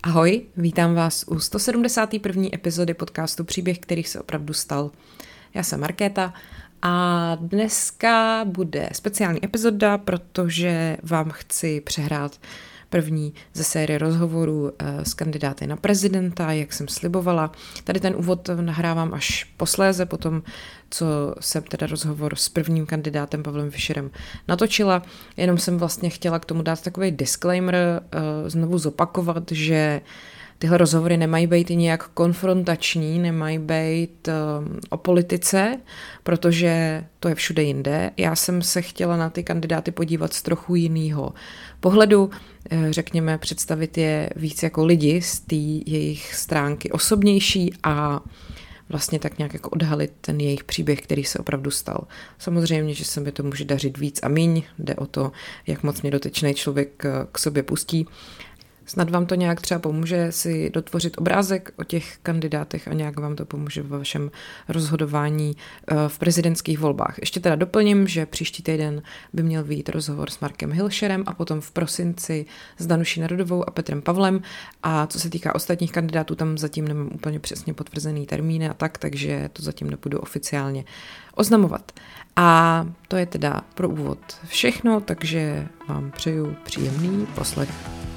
Ahoj, vítám vás u 171. epizody podcastu Příběh, který se opravdu stal. Já jsem Markéta a dneska bude speciální epizoda, protože vám chci přehrát první ze série rozhovorů s kandidáty na prezidenta, jak jsem slibovala. Tady ten úvod nahrávám až posléze, potom, co jsem teda rozhovor s prvním kandidátem Pavlem Fischerem natočila. Jenom jsem vlastně chtěla k tomu dát takový disclaimer, znovu zopakovat, že tyhle rozhovory nemají být nějak konfrontační, nemají být o politice, protože to je všude jinde. Já jsem se chtěla na ty kandidáty podívat z trochu jiného pohledu, řekněme, představit je víc jako lidi z té jejich stránky osobnější a vlastně tak nějak jako odhalit ten jejich příběh, který se opravdu stal. Samozřejmě, že se mi to může dařit víc a míň, jde o to, jak moc mě dotyčný člověk k sobě pustí. Snad vám to nějak třeba pomůže si dotvořit obrázek o těch kandidátech a nějak vám to pomůže ve vašem rozhodování v prezidentských volbách. Ještě teda doplním, že příští týden by měl vyjít rozhovor s Markem Hilscherem a potom v prosinci s Danuší Nerudovou a Petrem Pavlem. A co se týká ostatních kandidátů, tam zatím nemám úplně přesně potvrzený termíny a tak, takže to zatím nebudu oficiálně oznamovat. A to je teda pro úvod všechno, takže vám přeju příjemný poslech.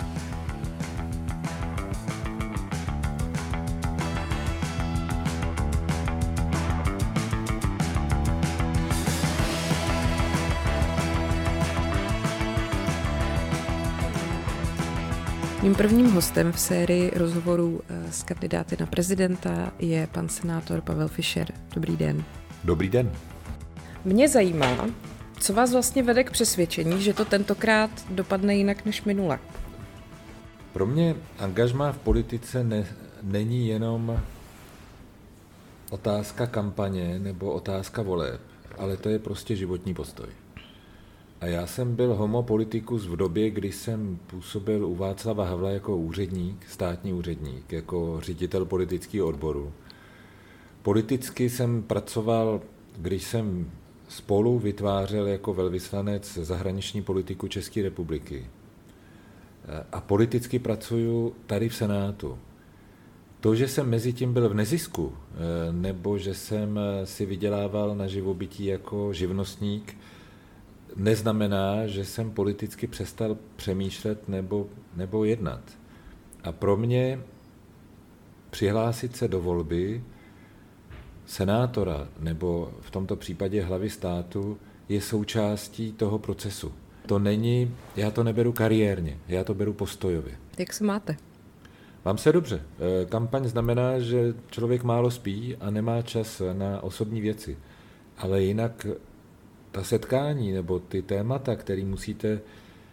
Mým prvním hostem v sérii rozhovorů s kandidáty na prezidenta je pan senátor Pavel Fischer. Dobrý den. Dobrý den. Mě zajímá, co vás vlastně vede k přesvědčení, že to tentokrát dopadne jinak než minule. Pro mě angažmá v politice není jenom otázka kampaně nebo otázka voleb, ale to je prostě životní postoj. A já jsem byl homo politicus v době, kdy jsem působil u Václava Havla jako úředník, státní úředník, jako ředitel politického odboru. Politicky jsem pracoval, když jsem spolu vytvářel jako velvyslanec zahraniční politiku České republiky. A politicky pracuju tady v Senátu. To, že jsem mezi tím byl v nezisku, nebo že jsem si vydělával na živobytí jako živnostník, neznamená, že jsem politicky přestal přemýšlet nebo jednat. A pro mě přihlásit se do volby senátora nebo v tomto případě hlavy státu je součástí toho procesu. Já to neberu kariérně, já to beru postojově. Jak se máte? Mám se dobře. Kampaň znamená, že člověk málo spí a nemá čas na osobní věci. Ale jinak ta setkání nebo ty témata, které musíte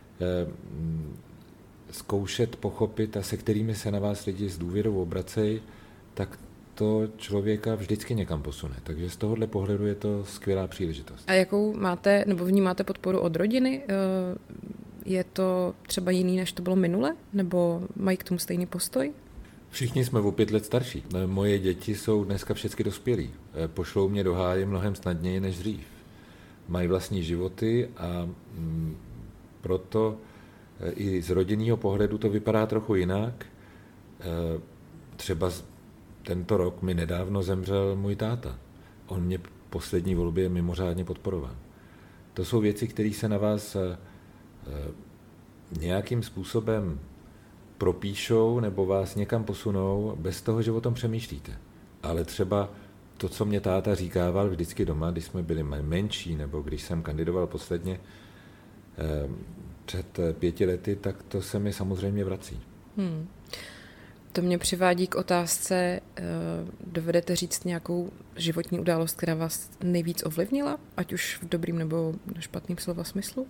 zkoušet pochopit a se kterými se na vás lidi s důvěrou obracejí, tak to člověka vždycky někam posune. Takže z tohohle pohledu je to skvělá příležitost. A jakou máte, nebo vnímáte podporu od rodiny? Je to třeba jiný, než to bylo minule? Nebo mají k tomu stejný postoj? Všichni jsme o 5 let starší. Moje děti jsou dneska všechny dospělí. Pošlou mě do háje mnohem snadněji než dřív. Mají vlastní životy a proto i z rodinného pohledu to vypadá trochu jinak. Třeba tento rok mi nedávno zemřel můj táta. On mě v poslední volbě mimořádně podporoval. To jsou věci, které se na vás nějakým způsobem propíšou nebo vás někam posunou bez toho, že o tom přemýšlíte. Ale třeba to, co mě táta říkával vždycky doma, když jsme byli menší, nebo když jsem kandidoval posledně před 5 lety, tak to se mi samozřejmě vrací. To mě přivádí k otázce, dovedete říct nějakou životní událost, která vás nejvíc ovlivnila, ať už v dobrým nebo špatným slova smyslu?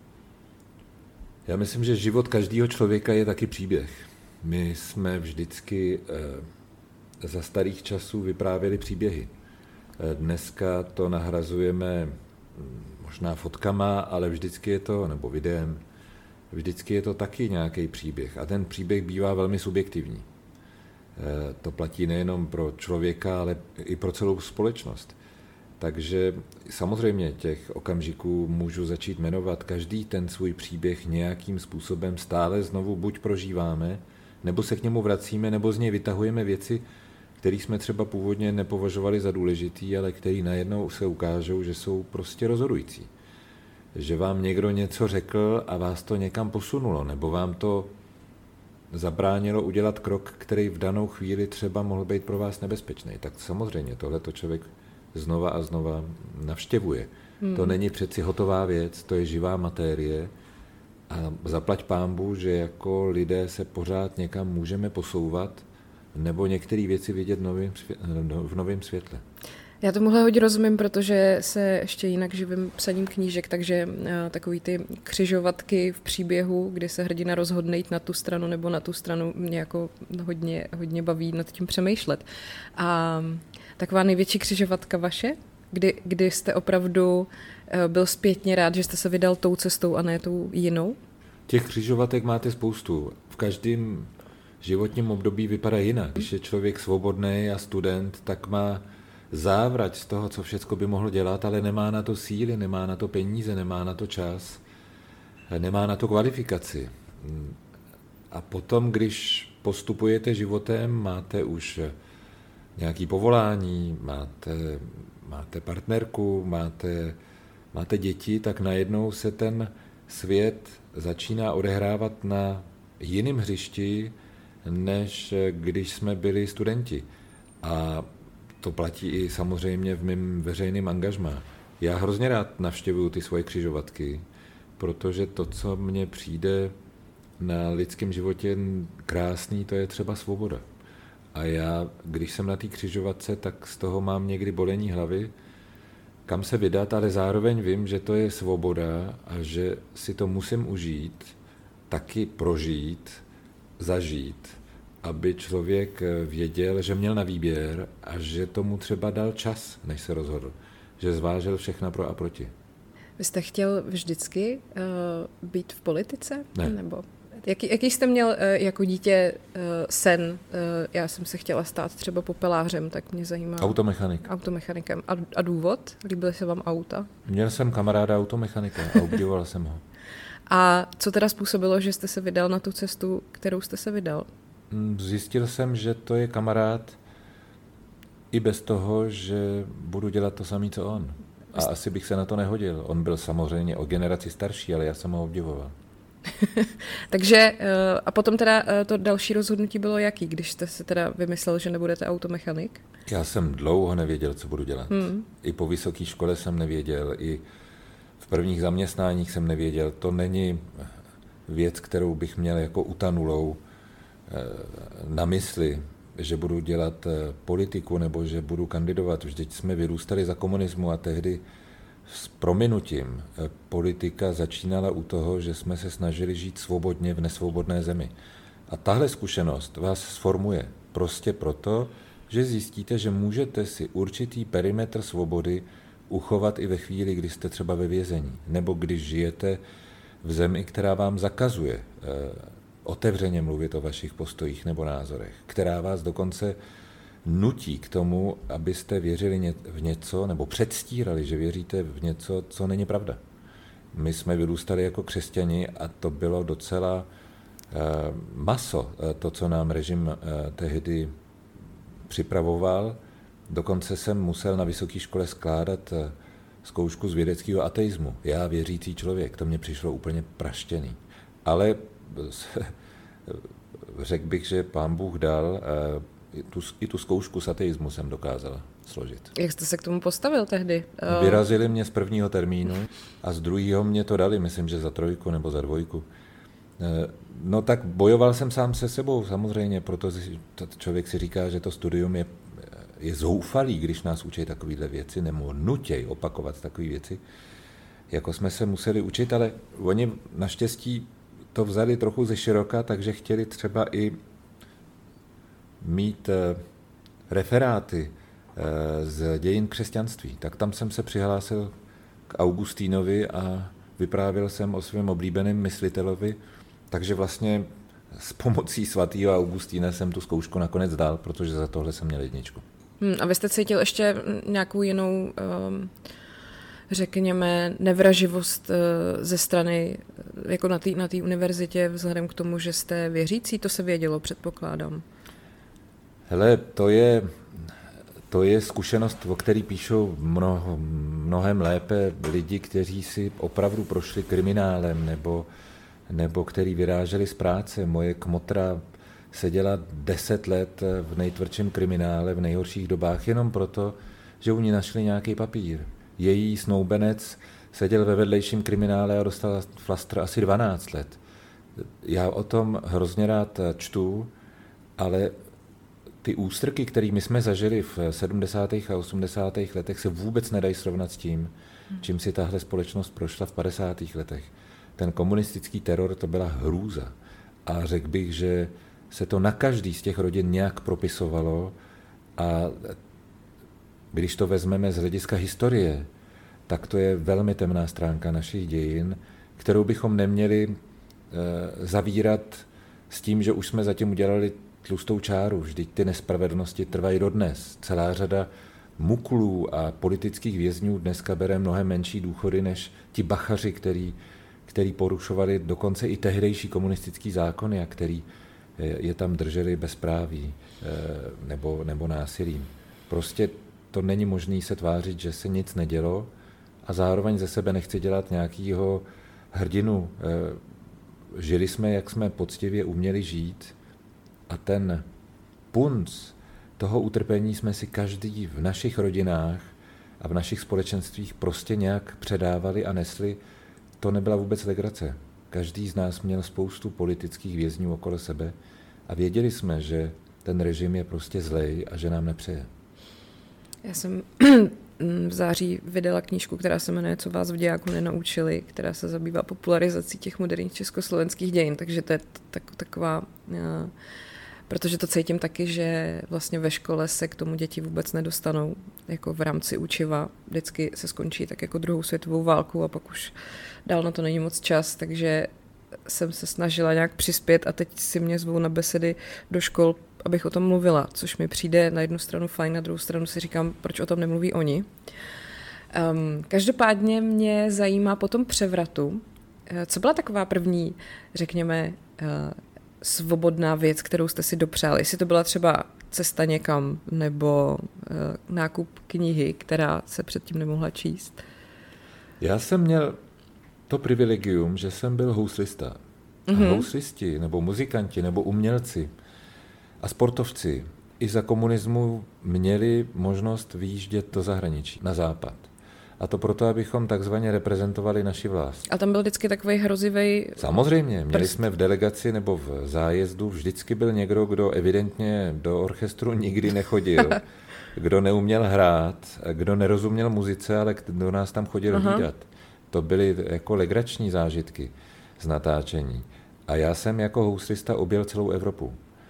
Já myslím, že život každého člověka je taky příběh. My jsme vždycky za starých časů vyprávěli příběhy. Dneska to nahrazujeme možná fotkama, ale vždycky je to, nebo videem, vždycky je to taky nějaký příběh. A ten příběh bývá velmi subjektivní. To platí nejenom pro člověka, ale i pro celou společnost. Takže samozřejmě těch okamžiků můžu začít jmenovat. Každý ten svůj příběh nějakým způsobem stále znovu buď prožíváme, nebo se k němu vracíme, nebo z něj vytahujeme věci, které jsme třeba původně nepovažovali za důležitý, ale které najednou se ukážou, že jsou prostě rozhodující. Že vám někdo něco řekl a vás to někam posunulo, nebo vám to zabránilo udělat krok, který v danou chvíli třeba mohl být pro vás nebezpečný. Tak samozřejmě tohleto člověk znova a znova navštěvuje. To není přeci hotová věc, to je živá matérie a zaplať pánbu, že jako lidé se pořád někam můžeme posouvat nebo některé věci vidět v novém světle. Já tomuhle hodně rozumím, protože se ještě jinak živím psaním knížek, takže takový ty křižovatky v příběhu, kdy se hrdina rozhodne jít na tu stranu nebo na tu stranu, mě jako hodně baví nad tím přemýšlet. A taková největší křižovatka vaše, kdy jste opravdu byl zpětně rád, že jste se vydal tou cestou a ne tou jinou? Těch křižovatek máte spoustu. V každém životním období vypadá jinak. Když je člověk svobodný a student, tak má závrať z toho, co všecko by mohl dělat, ale nemá na to síly, nemá na to peníze, nemá na to čas, nemá na to kvalifikaci. A potom, když postupujete životem, máte už nějaké povolání, máte partnerku, máte děti, tak najednou se ten svět začíná odehrávat na jiném hřišti, než když jsme byli studenti. A to platí i samozřejmě v mém veřejném angažmá. Já hrozně rád navštěvuju ty svoje křižovatky, protože to, co mně přijde na lidském životě krásný, to je třeba svoboda. A já, když jsem na té křižovatce, tak z toho mám někdy bolení hlavy, kam se vydat, ale zároveň vím, že to je svoboda a že si to musím užít, taky prožít, zažít, aby člověk věděl, že měl na výběr a že tomu třeba dal čas, než se rozhodl, že zvážil všechna pro a proti. Vy jste chtěl vždycky být v politice? Ne. Nebo jaký jste měl jako dítě sen? Já jsem se chtěla stát třeba popelářem, tak mě zajímá. Automechanikem. A důvod? Líbily se vám auta? Měl jsem kamaráda automechanika a obdivoval jsem ho. A co teda způsobilo, že jste se vydal na tu cestu, kterou jste se vydal? Zjistil jsem, že to je kamarád i bez toho, že budu dělat to samé, co on. A asi bych se na to nehodil. On byl samozřejmě o generaci starší, ale já jsem ho obdivoval. Takže a potom teda to další rozhodnutí bylo jaký, když jste se teda vymyslel, že nebudete automechanik? Já jsem dlouho nevěděl, co budu dělat. I po vysoké škole jsem nevěděl, i v prvních zaměstnáních jsem nevěděl. To není věc, kterou bych měl jako utanulou na mysli, že budu dělat politiku nebo že budu kandidovat. Vždyť jsme vyrůstali za komunismu a tehdy s prominutím politika začínala u toho, že jsme se snažili žít svobodně v nesvobodné zemi. A tahle zkušenost vás sformuje prostě proto, že zjistíte, že můžete si určitý perimetr svobody uchovat i ve chvíli, kdy jste třeba ve vězení, nebo když žijete v zemi, která vám zakazuje otevřeně mluvit o vašich postojích nebo názorech, která vás dokonce nutí k tomu, abyste věřili v něco, nebo předstírali, že věříte v něco, co není pravda. My jsme vyrůstali jako křesťani a to bylo docela maso, to, co nám režim tehdy připravoval. Dokonce jsem musel na vysoké škole skládat zkoušku z vědeckého ateismu. Já věřící člověk, to mně přišlo úplně praštěný. Ale řekl bych, že Pán Bůh dal, i tu zkoušku z ateismu jsem dokázal složit. Jak jste se k tomu postavil tehdy? Vyrazili mě z prvního termínu a z druhého mě to dali, myslím, že za 3 nebo za 2. No tak bojoval jsem sám se sebou samozřejmě, protože člověk si říká, že to studium je zoufalý, když nás učí takovéhle věci, nebo nutěj opakovat takové věci, jako jsme se museli učit, ale oni naštěstí to vzali trochu ze široka, takže chtěli třeba i mít referáty z dějin křesťanství. Tak tam jsem se přihlásil k Augustínovi a vyprávěl jsem o svém oblíbeném myslitelovi, takže vlastně s pomocí svatého Augustína jsem tu zkoušku nakonec dal, protože za tohle jsem měl 1. A vy jste cítil ještě nějakou jinou řekněme, nevraživost ze strany, jako na té univerzitě, vzhledem k tomu, že jste věřící, to se vědělo, předpokládám. Hele, to je zkušenost, o který píšou mnohem lépe lidi, kteří si opravdu prošli kriminálem nebo který vyráželi z práce. Moje kmotra seděla 10 let v nejtvrdším kriminále v nejhorších dobách jenom proto, že u ní našli nějaký papír. Její snoubenec seděl ve vedlejším kriminále a dostal flastr asi 12 let. Já o tom hrozně rád čtu, ale ty ústrky, kterými jsme zažili v 70. a 80. letech, se vůbec nedají srovnat s tím, čím si tahle společnost prošla v 50. letech. Ten komunistický teror, to byla hrůza. A řekl bych, že se to na každý z těch rodin nějak propisovalo a když to vezmeme z hlediska historie, tak to je velmi temná stránka našich dějin, kterou bychom neměli zavírat s tím, že už jsme zatím udělali tlustou čáru. Vždyť ty nespravedlnosti trvají dodnes. Celá řada muklů a politických vězňů dneska bere mnohem menší důchody než ti bachaři, který porušovali dokonce i tehdejší komunistický zákony a který je tam drželi bezpráví nebo násilím. Prostě to není možné se tvářit, že se nic nedělo a zároveň ze sebe nechci dělat nějakýho hrdinu. Žili jsme, jak jsme poctivě uměli žít a ten punc toho utrpení jsme si každý v našich rodinách a v našich společenstvích prostě nějak předávali a nesli. To nebyla vůbec legrace. Každý z nás měl spoustu politických vězňů okolo sebe a věděli jsme, že ten režim je prostě zlej a že nám nepřeje. Já jsem v září vydala knížku, která se jmenuje Co vás v dějáku nenaučili, která se zabývá popularizací těch moderních československých dějin, takže to je taková... Protože to cítím taky, že vlastně ve škole se k tomu děti vůbec nedostanou, jako v rámci učiva. Vždycky se skončí tak jako druhou světovou válku a pak už dál na to není moc čas, takže jsem se snažila nějak přispět a teď si mě zvou na besedy do škol, abych o tom mluvila, což mi přijde na jednu stranu fajn, na druhou stranu si říkám, proč o tom nemluví oni. Každopádně mě zajímá po tom převratu, co byla taková první, řekněme, svobodná věc, kterou jste si dopřáli. Jestli to byla třeba cesta někam nebo nákup knihy, která se předtím nemohla číst. Já jsem měl to privilegium, že jsem byl houslista. Mm-hmm. Houslisti nebo muzikanti nebo umělci a sportovci i za komunismu měli možnost vyjíždět do zahraničí, na západ. A to proto, abychom takzvaně reprezentovali naši vlast. A tam byl vždycky takový hrozivý. Samozřejmě, měli jsme v delegaci nebo v zájezdu, vždycky byl někdo, kdo evidentně do orchestru nikdy nechodil, kdo neuměl hrát, kdo nerozuměl muzice, ale kdo nás tam chodil hlídat. To byly jako legrační zážitky z natáčení. A já jsem jako houslista objel celou Evropu.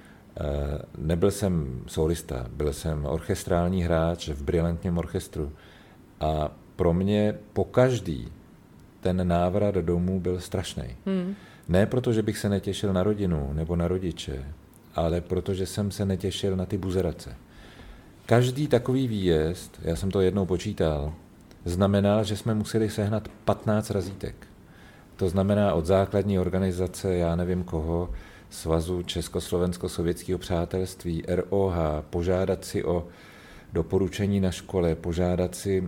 Nebyl jsem solista, byl jsem orchestrální hráč v brilantním orchestru. A pro mě pokaždý ten návrat domů byl strašný. Ne proto, že bych se netěšil na rodinu nebo na rodiče, ale protože jsem se netěšil na ty buzerace. Každý takový výjezd, já jsem to jednou počítal, znamenal, že jsme museli sehnat 15 razítek. To znamená od základní organizace, já nevím koho, Svazu Československo-sovětského přátelství, ROH, požádat si o doporučení na škole, požádat si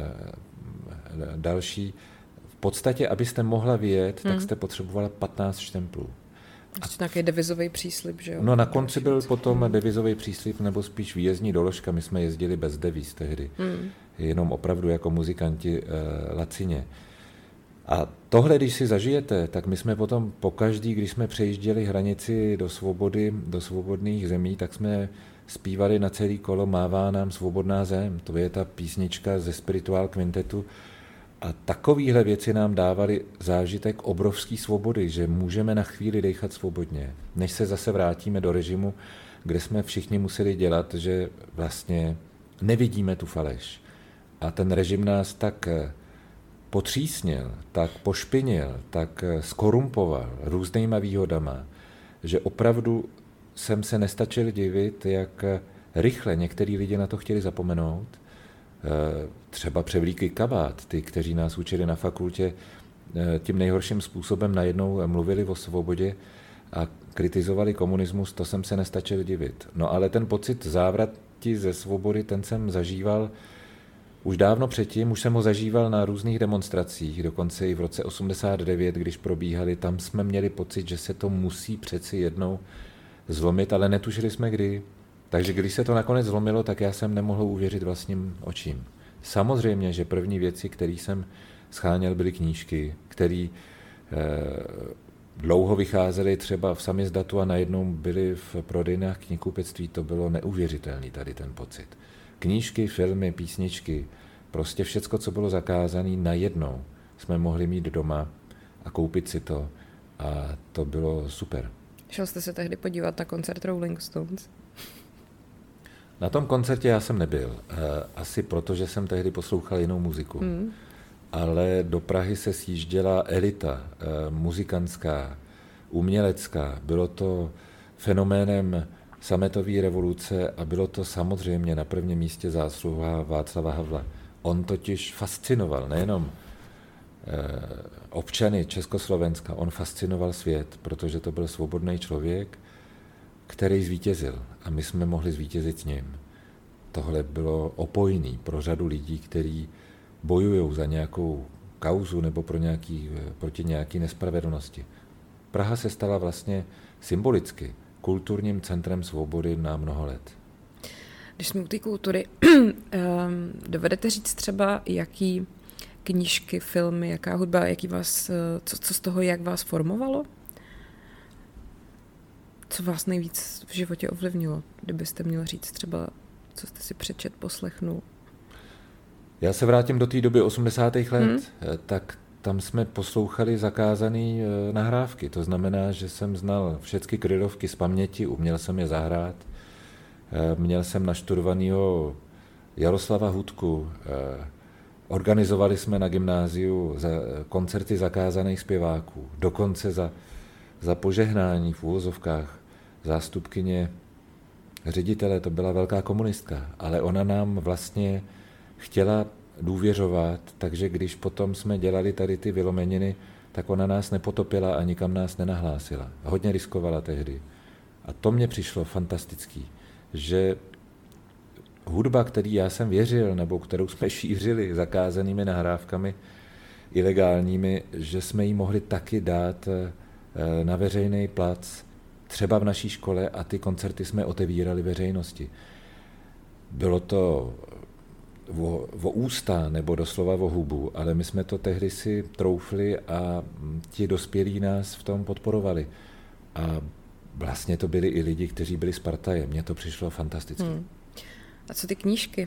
další. V podstatě, abyste mohla vyjet, tak jste potřebovala 15 štemplů. Ještě nějaký devizový příslib, že jo? No na konci byl potom devizový příslib, nebo spíš výjezdní doložka. My jsme jezdili bez deviz tehdy. Jenom opravdu jako muzikanti lacině. A tohle, když si zažijete, tak my jsme potom pokaždý, když jsme přejížděli hranici do svobody, do svobodných zemí, tak jsme zpívali na celý kolo Mává nám svobodná zem. To je ta písnička ze Spirituál kvintetu. A takovéhle věci nám dávaly zážitek obrovský svobody, že můžeme na chvíli dechat svobodně, než se zase vrátíme do režimu, kde jsme všichni museli dělat, že vlastně nevidíme tu faleš. A ten režim nás tak potřísnil, tak pošpinil, tak skorumpoval různýma výhodama, že opravdu jsem se nestačil divit, jak rychle některý lidi na to chtěli zapomenout třeba převlíkli kabát. Ty, kteří nás učili na fakultě, tím nejhorším způsobem najednou mluvili o svobodě a kritizovali komunismus, to jsem se nestačil divit. No ale ten pocit závrati ze svobody, ten jsem zažíval už dávno předtím, už jsem ho zažíval na různých demonstracích, dokonce i v roce 89, když probíhaly, tam jsme měli pocit, že se to musí přeci jednou zlomit, ale netušili jsme kdy. Takže když se to nakonec zlomilo, tak já jsem nemohl uvěřit vlastním očím. Samozřejmě, že první věci, které jsem scháněl, byly knížky, které dlouho vycházely třeba v samizdatu a najednou byly v prodejnách knihkupectví. To bylo neuvěřitelný tady ten pocit. Knížky, filmy, písničky, prostě všecko, co bylo zakázané, najednou jsme mohli mít doma a koupit si to a to bylo super. Šel jste se tehdy podívat na koncert Rolling Stones? Na tom koncertě já jsem nebyl, asi proto, že jsem tehdy poslouchal jinou muziku. Ale do Prahy se sjížděla elita, muzikantská, umělecká. Bylo to fenoménem sametové revoluce a bylo to samozřejmě na prvním místě zásluha Václava Havla. On totiž fascinoval nejenom občany Československa, on fascinoval svět, protože to byl svobodný člověk, který zvítězil a my jsme mohli zvítězit s ním. Tohle bylo opojný pro řadu lidí, kteří bojují za nějakou kauzu nebo proti nějaké nespravedlnosti. Praha se stala vlastně symbolicky kulturním centrem svobody na mnoho let. Když jsme u té kultury, dovedete říct třeba, jaký knížky, filmy, jaká hudba, co z toho, jak vás formovalo? Co vás nejvíc v životě ovlivnilo? Kdybyste měl říct třeba, co jste si přečet, poslechnul? Já se vrátím do té doby 80. let, tak tam jsme poslouchali zakázané nahrávky. To znamená, že jsem znal všechny krylovky z paměti, uměl jsem je zahrát. Měl jsem naštudovanýho Jaroslava Hudku. Organizovali jsme na gymnáziu koncerty zakázaných zpěváků. Dokonce za požehnání v úvozovkách zástupkyně ředitele, to byla velká komunistka, ale ona nám vlastně chtěla důvěřovat, takže když potom jsme dělali tady ty vylomeniny, tak ona nás nepotopila a nikam nás nenahlásila. Hodně riskovala tehdy. A to mně přišlo fantastický, že hudba, který já jsem věřil, nebo kterou jsme šířili zakázanými nahrávkami, ilegálními, že jsme ji mohli taky dát na veřejný plac, třeba v naší škole a ty koncerty jsme otevírali veřejnosti. Bylo to o ústa nebo doslova o hubu, ale my jsme to tehdy si troufli a ti dospělí nás v tom podporovali. A vlastně to byli i lidi, kteří byli Spartaje. Mně to přišlo fantasticky. A co ty knížky?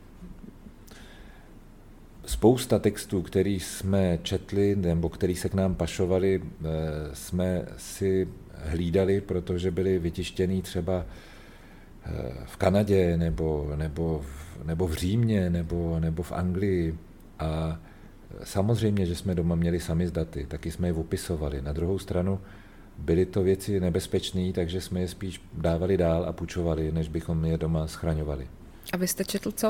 Spousta textů, který jsme četli nebo který se k nám pašovali, jsme si hlídali, protože byly vytištěný třeba v Kanadě nebo v Římě nebo v Anglii. A samozřejmě, že jsme doma měli samizdaty, taky jsme je opisovali. Na druhou stranu byly to věci nebezpečné, takže jsme je spíš dávali dál a půjčovali, než bychom je doma schraňovali. A vy jste četl co?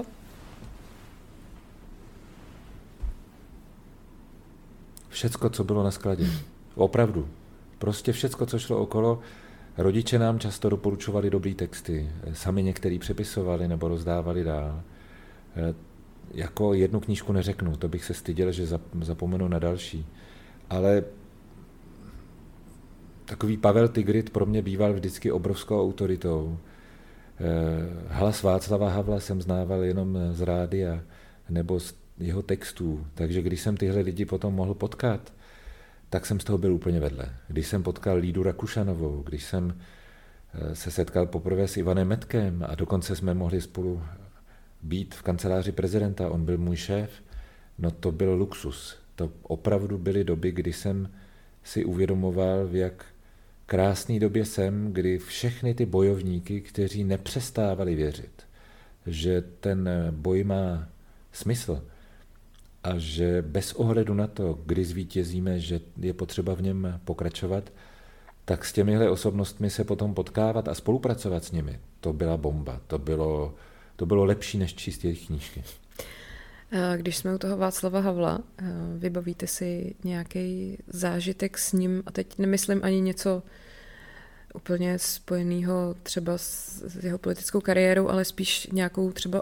Všecko, co bylo na skladě. Opravdu. Prostě všecko, co šlo okolo. Rodiče nám často doporučovali dobrý texty. Sami některý přepisovali nebo rozdávali dál. Jako jednu knížku neřeknu, to bych se styděl, že zapomenu na další. Ale takový Pavel Tigrit pro mě býval vždycky obrovskou autoritou. Hlas Václava Havla jsem znával jenom z rádia nebo z jeho textů, takže když jsem tyhle lidi potom mohl potkat, tak jsem z toho byl úplně vedle. Když jsem potkal Lídu Rakušanovou, když jsem se setkal poprvé s Ivanem Metkem a dokonce jsme mohli spolu být v kanceláři prezidenta, on byl můj šéf, no to byl luxus. To opravdu byly doby, kdy jsem si uvědomoval, v jak krásný době jsem, kdy všechny ty bojovníky, kteří nepřestávali věřit, že ten boj má smysl a že bez ohledu na to, kdy zvítězíme, že je potřeba v něm pokračovat, tak s těmihle osobnostmi se potom potkávat a spolupracovat s nimi, to byla bomba, to bylo lepší než číst jejich knížky. Když jsme u toho Václava Havla, vybavíte si nějaký zážitek s ním, a teď nemyslím ani něco úplně spojeného třeba s jeho politickou kariérou, ale spíš nějakou třeba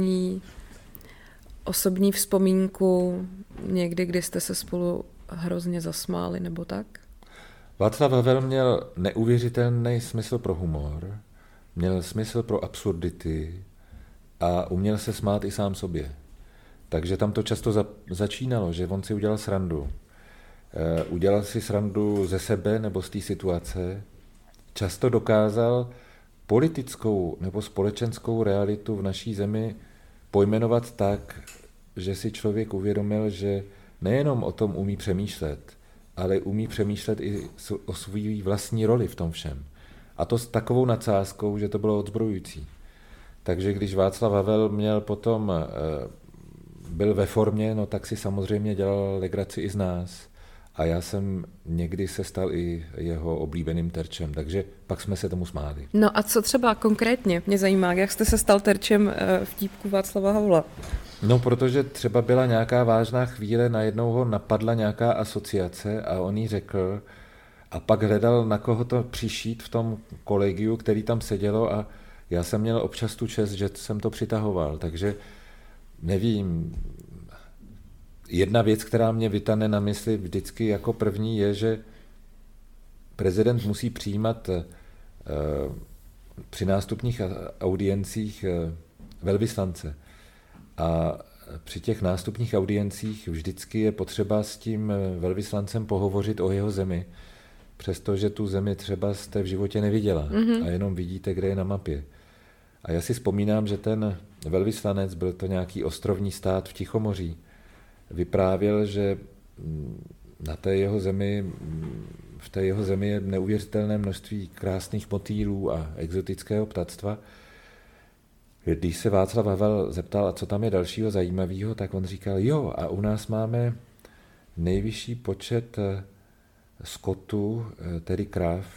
osobní vzpomínku někdy, kdy jste se spolu hrozně zasmáli nebo tak? Václav Havel měl neuvěřitelný smysl pro humor, měl smysl pro absurdity a uměl se smát i sám sobě. Takže tam to často začínalo, že on si udělal srandu. Udělal si srandu ze sebe nebo z té situace. Často dokázal politickou nebo společenskou realitu v naší zemi pojmenovat tak, že si člověk uvědomil, že nejenom o tom umí přemýšlet, ale umí přemýšlet i o svý vlastní roli v tom všem. A to s takovou nadsázkou, že to bylo odzbrojující. Takže když Václav Havel měl potom, byl ve formě, no tak si samozřejmě dělal legraci i z nás. A já jsem někdy se stal i jeho oblíbeným terčem, takže pak jsme se tomu smáli. No a co třeba konkrétně? Mě zajímá, jak jste se stal terčem vtípku Václava Havla? No, protože třeba byla nějaká vážná chvíle, najednou ho napadla nějaká asociace a on jí řekl a pak hledal, na koho to přišít v tom kolegiu, který tam sedělo a já jsem měl občas tu čest, že jsem to přitahoval, takže nevím. Jedna věc, která mě vytane na mysli vždycky jako první, je, že prezident musí přijímat při nástupních audiencích velvyslance. A při těch nástupních audiencích vždycky je potřeba s tím velvyslancem pohovořit o jeho zemi, přestože tu zemi třeba jste v životě neviděla a jenom vidíte, kde je na mapě. A já si vzpomínám, že ten velvyslanec, byl to nějaký ostrovní stát v Tichomoří, vyprávěl, že na té jeho zemi, v té jeho zemi je neuvěřitelné množství krásných motýlů a exotického ptactva. Když se Václav Havel zeptal, a co tam je dalšího zajímavého, tak on říkal, jo, a u nás máme nejvyšší počet skotu, tedy krav,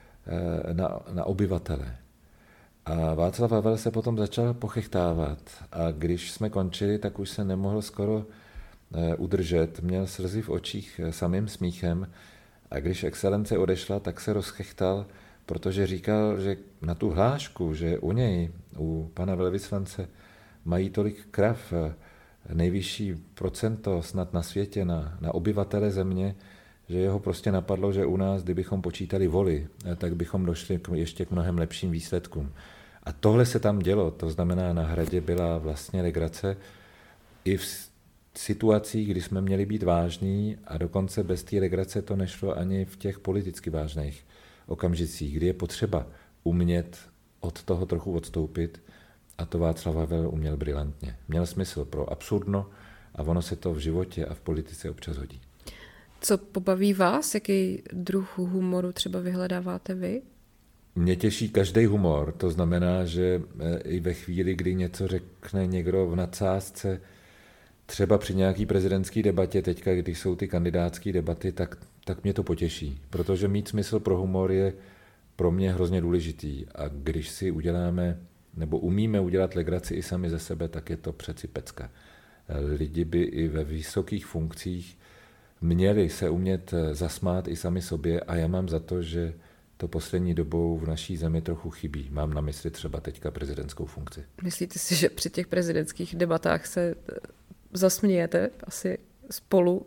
na obyvatele. A Václav Havel se potom začal pochechtávat a když jsme končili, tak už se nemohl skoro udržet, měl slzy v očích samým smíchem a když excelence odešla, tak se rozchechtal, protože říkal, že na tu hlášku, že u něj, u pana velvyslance, mají tolik krav, nejvyšší procento snad na světě, na obyvatele země, že jeho prostě napadlo, že u nás, kdybychom počítali voly, tak bychom došli ještě k mnohem lepším výsledkům. A tohle se tam dělo, to znamená, na Hradě byla vlastně legrace i v situacích, kdy jsme měli být vážní a dokonce bez té legrace to nešlo ani v těch politicky vážných okamžicích, kdy je potřeba umět od toho trochu odstoupit a to Václav Havel uměl brilantně. Měl smysl pro absurdno a ono se to v životě a v politice občas hodí. Co pobaví vás? Jaký druh humoru třeba vyhledáváte vy? Mě těší každý humor, to znamená, že i ve chvíli, kdy něco řekne někdo v nadsázce, třeba při nějaký prezidentské debatě, teďka, když jsou ty kandidátské debaty, tak mě to potěší, protože mít smysl pro humor je pro mě hrozně důležitý a když si uděláme, nebo umíme udělat legraci i sami ze sebe, tak je to přeci pecka. Lidi by i ve vysokých funkcích měli se umět zasmát i sami sobě a já mám za to, že to poslední dobou v naší zemi trochu chybí. Mám na mysli třeba teďka prezidentskou funkci. Myslíte si, že při těch prezidentských debatách se zasmějete asi spolu?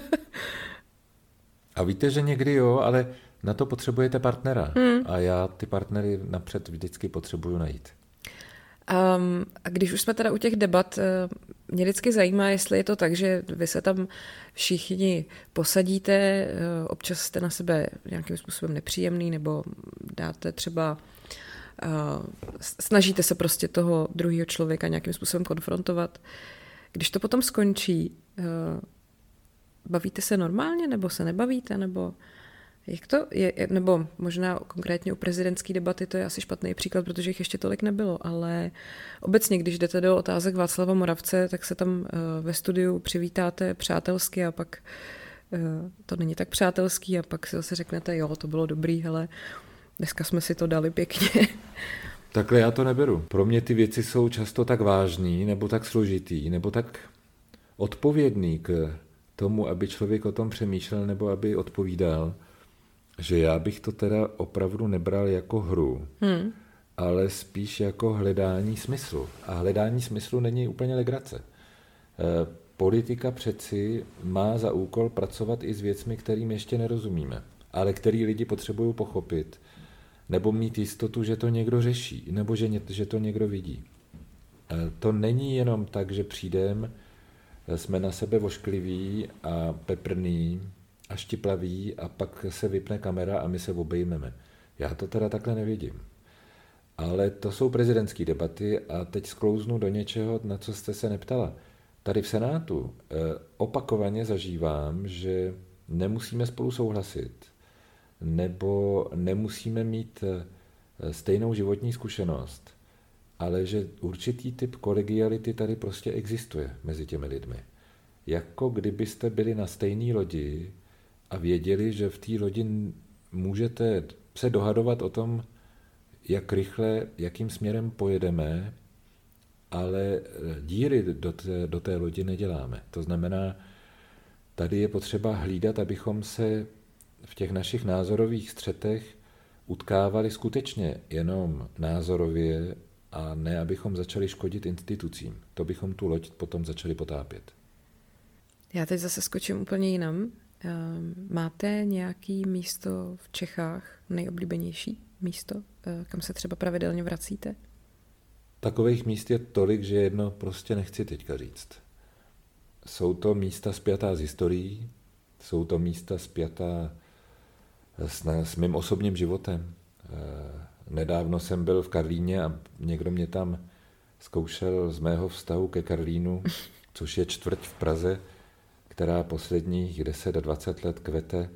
A víte, že někdy jo, ale na to potřebujete partnera. A já ty partnery napřed vždycky potřebuju najít. A když už jsme teda u těch debat, mě vždycky zajímá, jestli je to tak, že vy se tam všichni posadíte, občas jste na sebe nějakým způsobem nepříjemný, nebo dáte třeba, snažíte se prostě toho druhého člověka nějakým způsobem konfrontovat. Když to potom skončí, bavíte se normálně, nebo se nebavíte, nebo jak to je, nebo možná konkrétně u prezidentské debaty to je asi špatný příklad, protože jich ještě tolik nebylo, ale obecně, když jdete do otázek Václava Moravce, tak se tam ve studiu přivítáte přátelsky a pak to není tak přátelský a pak si zase řeknete, jo, to bylo dobrý, hele, dneska jsme si to dali pěkně. Takhle já to neberu. Pro mě ty věci jsou často tak vážný, nebo tak složitý, nebo tak odpovědný k tomu, aby člověk o tom přemýšlel nebo aby odpovídal, že já bych to teda opravdu nebral jako hru, ale spíš jako hledání smyslu. A hledání smyslu není úplně legrace. Politika přeci má za úkol pracovat i s věcmi, kterým ještě nerozumíme, ale který lidi potřebují pochopit, nebo mít jistotu, že to někdo řeší, nebo že to někdo vidí. To není jenom tak, že přijdeme, jsme na sebe voškliví a peprný a štiplaví a pak se vypne kamera a my se obejmeme. Já to teda takhle nevidím. Ale to jsou prezidentské debaty a teď sklouznu do něčeho, na co jste se neptala. Tady v Senátu opakovaně zažívám, že nemusíme spolu souhlasit, nebo nemusíme mít stejnou životní zkušenost, ale že určitý typ kolegiality tady prostě existuje mezi těmi lidmi. Jako kdybyste byli na stejné lodi a věděli, že v té lodi můžete se dohadovat o tom, jak rychle, jakým směrem pojedeme, ale díry do té lodi neděláme. To znamená, tady je potřeba hlídat, abychom se v těch našich názorových střetech utkávali skutečně jenom názorově a ne, abychom začali škodit institucím. To bychom tu loď potom začali potápět. Já teď zase skočím úplně jinam. Máte nějaké místo v Čechách, nejoblíbenější místo, kam se třeba pravidelně vracíte? Takových míst je tolik, že jedno prostě nechci teďka říct. Jsou to místa spjatá s historií, jsou to místa spjatá s mým osobním životem. Nedávno jsem byl v Karlíně a někdo mě tam zkoušel z mého vztahu ke Karlínu, což je čtvrť v Praze, která posledních 10 a 20 let kvete,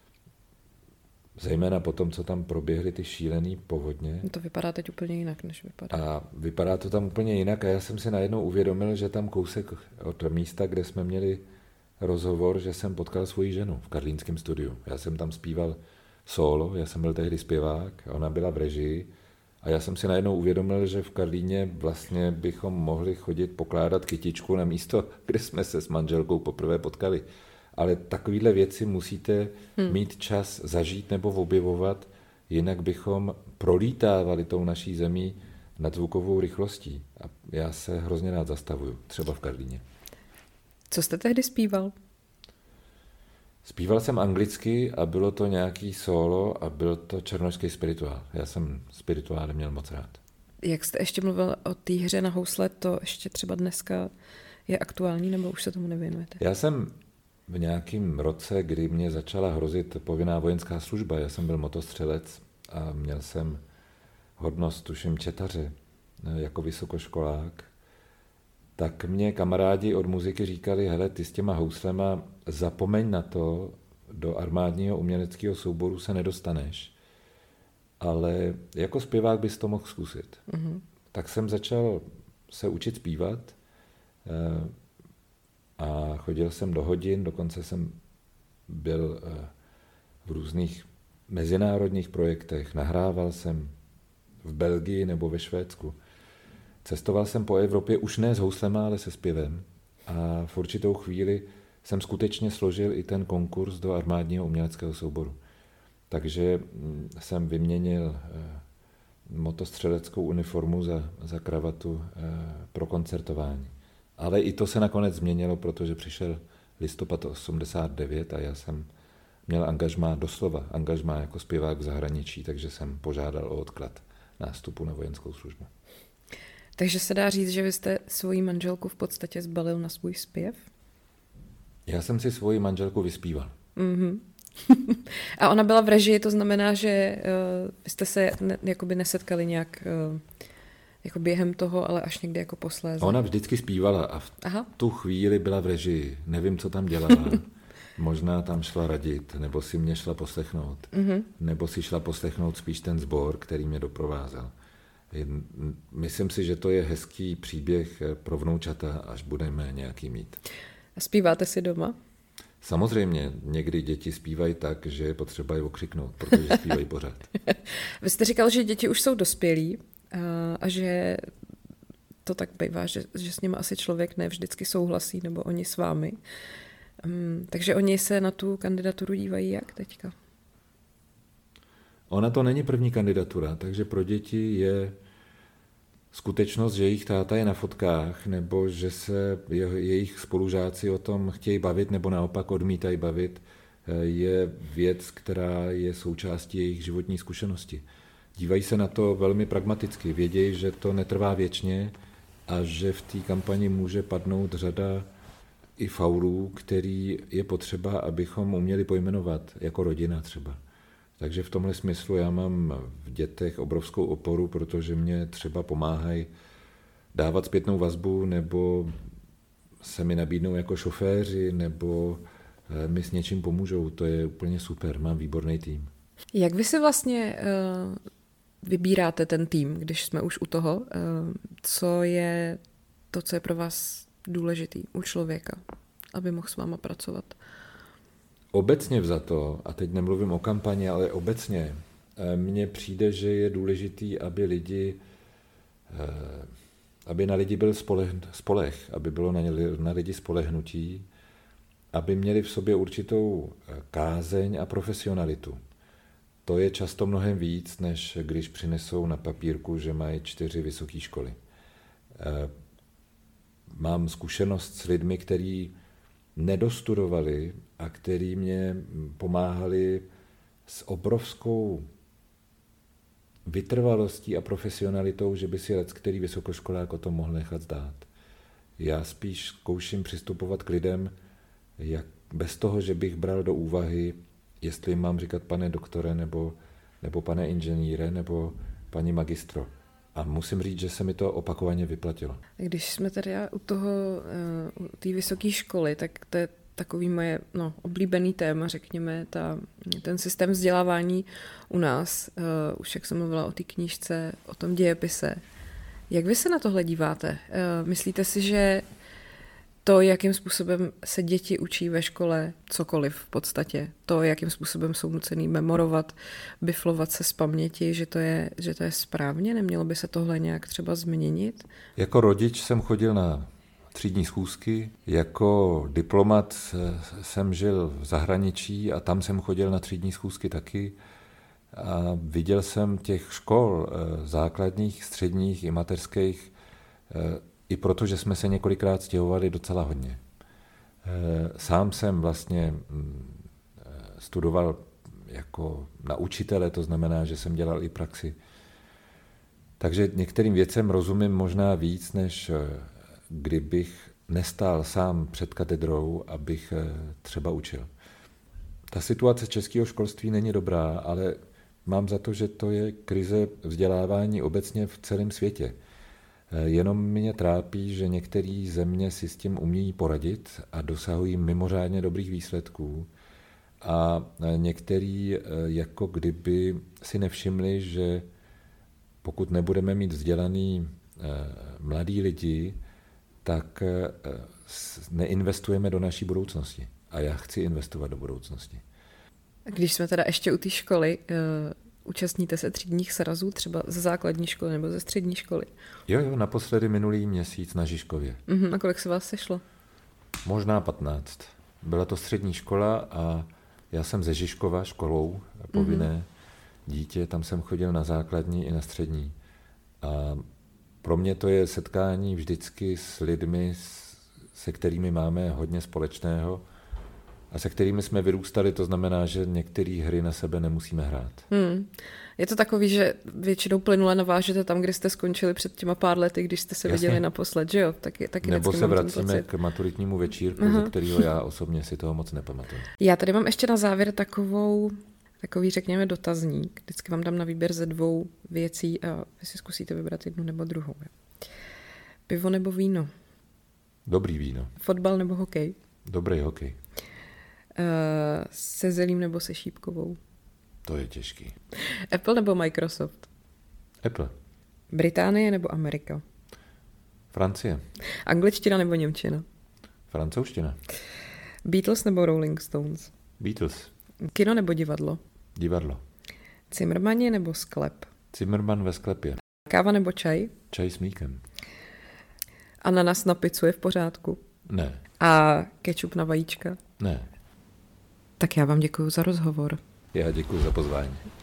zejména po tom, co tam proběhly ty šílený povodně. To vypadá teď úplně jinak, než vypadá. A vypadá to tam úplně jinak a já jsem si najednou uvědomil, že tam kousek od místa, kde jsme měli rozhovor, že jsem potkal svoji ženu v karlínském studiu. Já jsem tam zpíval solo, já jsem byl tehdy zpěvák, ona byla v režii a já jsem si najednou uvědomil, že v Karlíně vlastně bychom mohli chodit pokládat kytičku na místo, kde jsme se s manželkou poprvé potkali. Ale takovéhle věci musíte mít čas zažít nebo objevovat, jinak bychom prolítávali tou naší zemí nad zvukovou rychlostí. A já se hrozně rád zastavuju, třeba v Karlíně. Co jste tehdy zpíval? Zpíval jsem anglicky a bylo to nějaký solo a byl to černošský spirituál. Já jsem spirituály měl moc rád. Jak jste ještě mluvil o té hře na housle, to ještě třeba dneska je aktuální, nebo už se tomu nevěnujete? Já jsem v nějakém roce, kdy mě začala hrozit povinná vojenská služba, já jsem byl motostřelec a měl jsem hodnost, tuším, četaře jako vysokoškolák, tak mě kamarádi od muziky říkali, hele, ty s těma houslema zapomeň na to, do armádního uměleckého souboru se nedostaneš, ale jako zpěvák bys to mohl zkusit. Mm-hmm. Tak jsem začal se učit zpívat a chodil jsem do hodin, dokonce jsem byl v různých mezinárodních projektech, nahrával jsem v Belgii nebo ve Švédsku. Cestoval jsem po Evropě už ne s houslema, ale se zpěvem a v určitou chvíli jsem skutečně složil i ten konkurs do armádního uměleckého souboru. Takže jsem vyměnil motostřeleckou uniformu za kravatu pro koncertování. Ale i to se nakonec změnilo, protože přišel listopad 89 a já jsem měl angažmá, doslova angažmá jako zpěvák v zahraničí, takže jsem požádal o odklad nástupu na vojenskou službu. Takže se dá říct, že vy jste svoji manželku v podstatě zbalil na svůj zpěv? Já jsem si svoji manželku vyspíval. Mm-hmm. A ona byla v režii, to znamená, že vy jste se jakoby nesetkali nějak jako během toho, ale až někdy jako posléze. Ona vždycky zpívala a v tu chvíli byla v režii. Nevím, co tam dělala. Možná tam šla radit, nebo si mě šla poslechnout. Mm-hmm. Nebo si šla poslechnout spíš ten sbor, který mě doprovázel. Myslím si, že to je hezký příběh pro vnoučata, až budeme nějaký mít. A zpíváte si doma? Samozřejmě, někdy děti zpívají tak, že je potřeba je okřiknout, protože zpívají pořád. Vy jste říkal, že děti už jsou dospělí a že to tak bývá, že s nimi asi člověk ne vždycky souhlasí, nebo oni s vámi. Takže oni se na tu kandidaturu dívají jak teďka? Ona to není první kandidatura, takže pro děti je skutečnost, že jejich táta je na fotkách, nebo že se jejich spolužáci o tom chtějí bavit, nebo naopak odmítají bavit, je věc, která je součástí jejich životní zkušenosti. Dívají se na to velmi pragmaticky, vědějí, že to netrvá věčně a že v té kampani může padnout řada i faulů, který je potřeba, abychom uměli pojmenovat, jako rodina třeba. Takže v tomhle smyslu já mám v dětech obrovskou oporu, protože mě třeba pomáhají dávat zpětnou vazbu, nebo se mi nabídnou jako šoféři, nebo mi s něčím pomůžou. To je úplně super, mám výborný tým. Jak vy si vlastně vybíráte ten tým, když jsme už u toho? Co je to, co je pro vás důležitý u člověka, aby mohl s váma pracovat? Obecně vzato, a teď nemluvím o kampani, ale obecně, mně přijde, že je důležitý, aby na lidi byl spoleh, aby bylo na lidi spolehnutí, aby měli v sobě určitou kázeň a profesionalitu. To je často mnohem víc, než když přinesou na papírku, že mají 4 vysoké školy. Mám zkušenost s lidmi, kteří nedostudovali a který mě pomáhali s obrovskou vytrvalostí a profesionalitou, že by si leckterý vysokoškolák o tom mohl nechat zdát. Já spíš zkouším přistupovat k lidem bez toho, že bych bral do úvahy, jestli mám říkat pane doktore, nebo pane inženýre, nebo paní magistro. A musím říct, že se mi to opakovaně vyplatilo. Když jsme tady u té vysoké školy, tak to je takový moje oblíbený téma, řekněme, ten systém vzdělávání u nás. Už jak jsem mluvila o té knížce, o tom dějepise. Jak vy se na tohle díváte? Myslíte si, že to, jakým způsobem se děti učí ve škole, cokoliv v podstatě, to, jakým způsobem jsou nucený memorovat, biflovat se z paměti, že to je správně? Nemělo by se tohle nějak třeba změnit? Jako rodič jsem chodil na třídní schůzky, jako diplomat jsem žil v zahraničí a tam jsem chodil na třídní schůzky taky. A viděl jsem těch škol základních, středních i mateřských, i protože jsme se několikrát stěhovali docela hodně. Sám jsem vlastně studoval jako na učitele, to znamená, že jsem dělal i praxi. Takže některým věcem rozumím možná víc, než kdybych nestál sám před katedrou, abych třeba učil. Ta situace českého školství není dobrá, ale mám za to, že to je krize vzdělávání obecně v celém světě. Jenom mě trápí, že některé země si s tím umějí poradit a dosahují mimořádně dobrých výsledků. A některý jako kdyby si nevšimli, že pokud nebudeme mít vzdělaný mladí lidi, tak neinvestujeme do naší budoucnosti. A já chci investovat do budoucnosti. Když jsme teda ještě u té školy, účastníte se třídních srazů třeba ze základní školy nebo ze střední školy? Jo, naposledy minulý měsíc na Žižkově. A kolik se vás sešlo? Možná 15. Byla to střední škola a já jsem ze Žižkova školou povinné dítě, tam jsem chodil na základní i na střední. A pro mě to je setkání vždycky s lidmi, se kterými máme hodně společného a se kterými jsme vyrůstali, to znamená, že některé hry na sebe nemusíme hrát. Je to takový, že většinou plynule navážete tam, kde jste skončili před těma pár lety, když jste se viděli naposled, že jo? Taky nebo se vracíme k maturitnímu večírku, ze kterého já osobně si toho moc nepamatuju. Já tady mám ještě na závěr takový, řekněme, dotazník. Vždycky vám dám na výběr ze 2 věcí a vy si zkusíte vybrat jednu nebo druhou. Pivo nebo víno? Dobrý víno. Fotbal nebo hokej? Dobrý hokej. Se zelím nebo se šípkovou? To je těžký. Apple nebo Microsoft? Apple. Británie nebo Amerika? Francie. Angličtina nebo němčina? Francouzština. Beatles nebo Rolling Stones? Beatles. Kino nebo divadlo? Divadlo. Cimrmani nebo sklep? Cimrman ve sklepě. Káva nebo čaj? Čaj s mlíkem. Ananas na pizzu je v pořádku? Ne. A kečup na vajíčka? Ne. Tak já vám děkuju za rozhovor. Já děkuji za pozvání.